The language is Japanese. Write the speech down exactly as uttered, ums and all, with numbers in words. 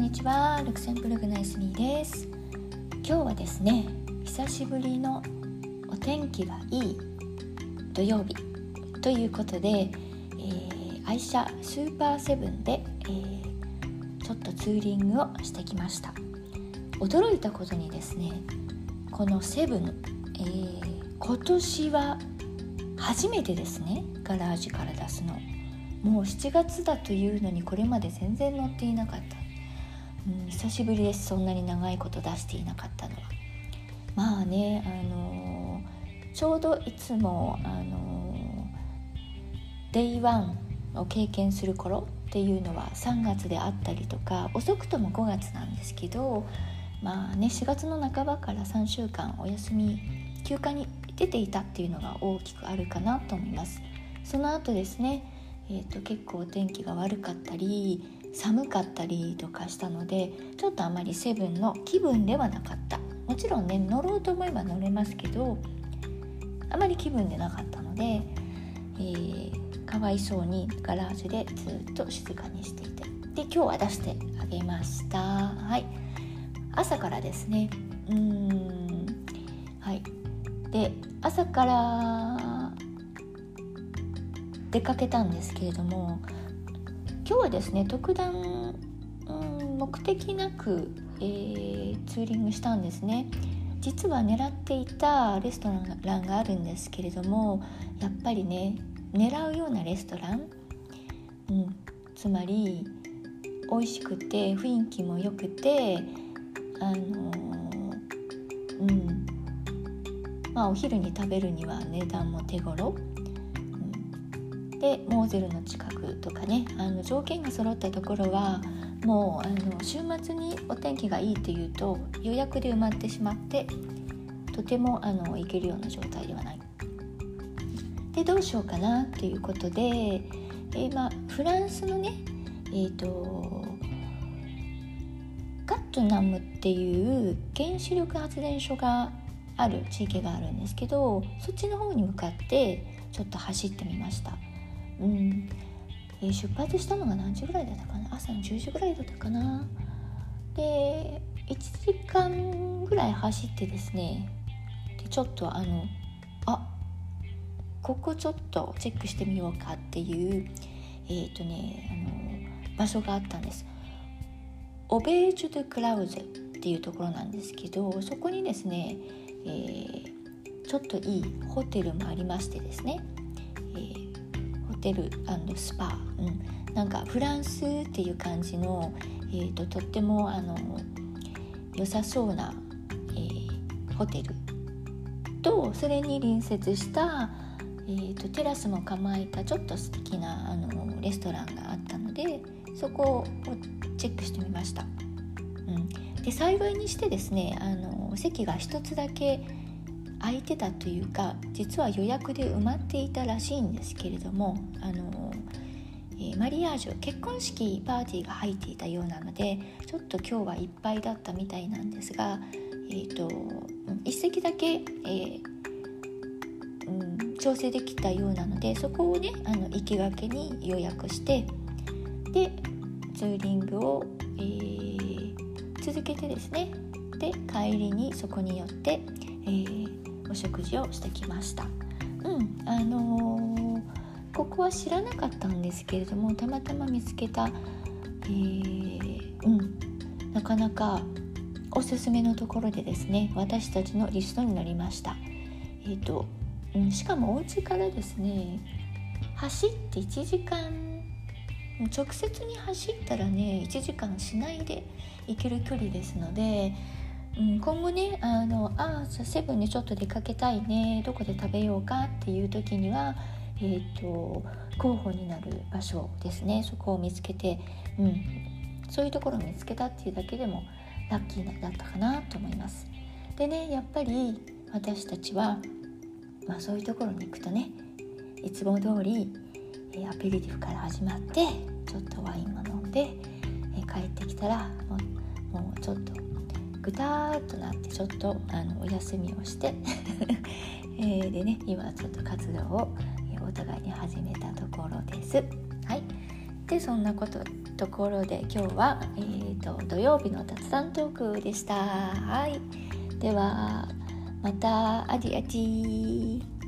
にちは、ルクセンブルクのエスミーです。今日はですね、久しぶりのお天気がいい土曜日ということで、えー、愛車スーパーセブンで、えー、ちょっとツーリングをしてきました。驚いたことにですね、このセブン、えー、今年は初めてですね、ガラージから出すの。もうしちがつだというのにこれまで全然乗っていなかった、うん、久しぶりです。そんなに長いこと出していなかったのは。まあね、あのー、ちょうどいつも、あのー、デイワンを経験する頃っていうのはさんがつであったりとか、遅くともごがつなんですけど、まあね、しがつの半ばからさんしゅうかんお休み休暇に出ていたっていうのが大きくあるかなと思います。その後ですね、えーと、結構お天気が悪かったり寒かったりとかしたので、ちょっとあまりセブンの気分ではなかった。もちろんね、乗ろうと思えば乗れますけど、あまり気分でなかったので、えー、かわいそうにガラージでずっと静かにしていて、で今日は出してあげました。はい、朝からですね、うーんはいで朝から出かけたんですけれども、今日はですね、特段、うん、目的なく、えー、ツーリングしたんですね。実は狙っていたレストランがあるんですけれども、やっぱりね、狙うようなレストラン、うん、つまり美味しくて雰囲気も良くて、あのー、うんまあお昼に食べるには値段も手頃で、モーゼルの近くとかね、あの条件が揃ったところはもうあの週末にお天気がいいっていうと予約で埋まってしまって、とてもあの行けるような状態ではない。でどうしようかなっていうことで、えーまあ、フランスのね、えーとガットナムっていう原子力発電所がある地域があるんですけど、そっちの方に向かってちょっと走ってみました。うんえー、出発したのが何時ぐらいだったかな、朝のじゅうじぐらいだったかな。でいちじかんぐらい走ってですね、でちょっとあのあここちょっとチェックしてみようかっていうえーとねあの場所があったんです。オベージュ・ドゥ・クラウゼっていうところなんですけど、そこにですね、えー、ちょっといいホテルもありましてですね、えーホテル&スパ、うん、なんかフランスっていう感じの、えー、ととってもあの良さそうな、えー、ホテルと、それに隣接した、えー、とテラスも構えたちょっと素敵なあのレストランがあったので、そこをチェックしてみました。うん、で幸いにしてですね、あの席が一つだけ空いてたというか、実は予約で埋まっていたらしいんですけれども、あの、えー、マリアージュ結婚式パーティーが入っていたようなので、ちょっと今日はいっぱいだったみたいなんですが、えーと、一席だけ、えーうん、調整できたようなので、そこをね、あの行きがけに予約して、でツーリングを、えー、続けてですね、で帰りにそこに寄って、えーお食事をしてきました。うんあのー、ここは知らなかったんですけれども、たまたま見つけた、えーうん、なかなかおすすめのところでですね、私たちのリストに載りました。えーとうん、しかもお家からですね、走っていちじかん、直接に走ったらねいちじかんしないで行ける距離ですので、うん、今後ね、あのあセブンにちょっと出かけたいね、どこで食べようかっていう時には、えーと、候補になる場所ですね、そこを見つけて、うん、そういうところを見つけたっていうだけでもラッキーだったかなと思います。でね、やっぱり私たちは、まあ、そういうところに行くとね、いつも通り、えー、アペリティフから始まってちょっとワインも飲んで、えー、帰ってきたらもう、もうちょっとぐたーっとなってちょっとあのお休みをして、えー、でね、今ちょっと活動をお互いに始めたところです。はい。でそんなことところで今日は、えー、と土曜日の雑談トークでした。はい、ではまたアディアチー。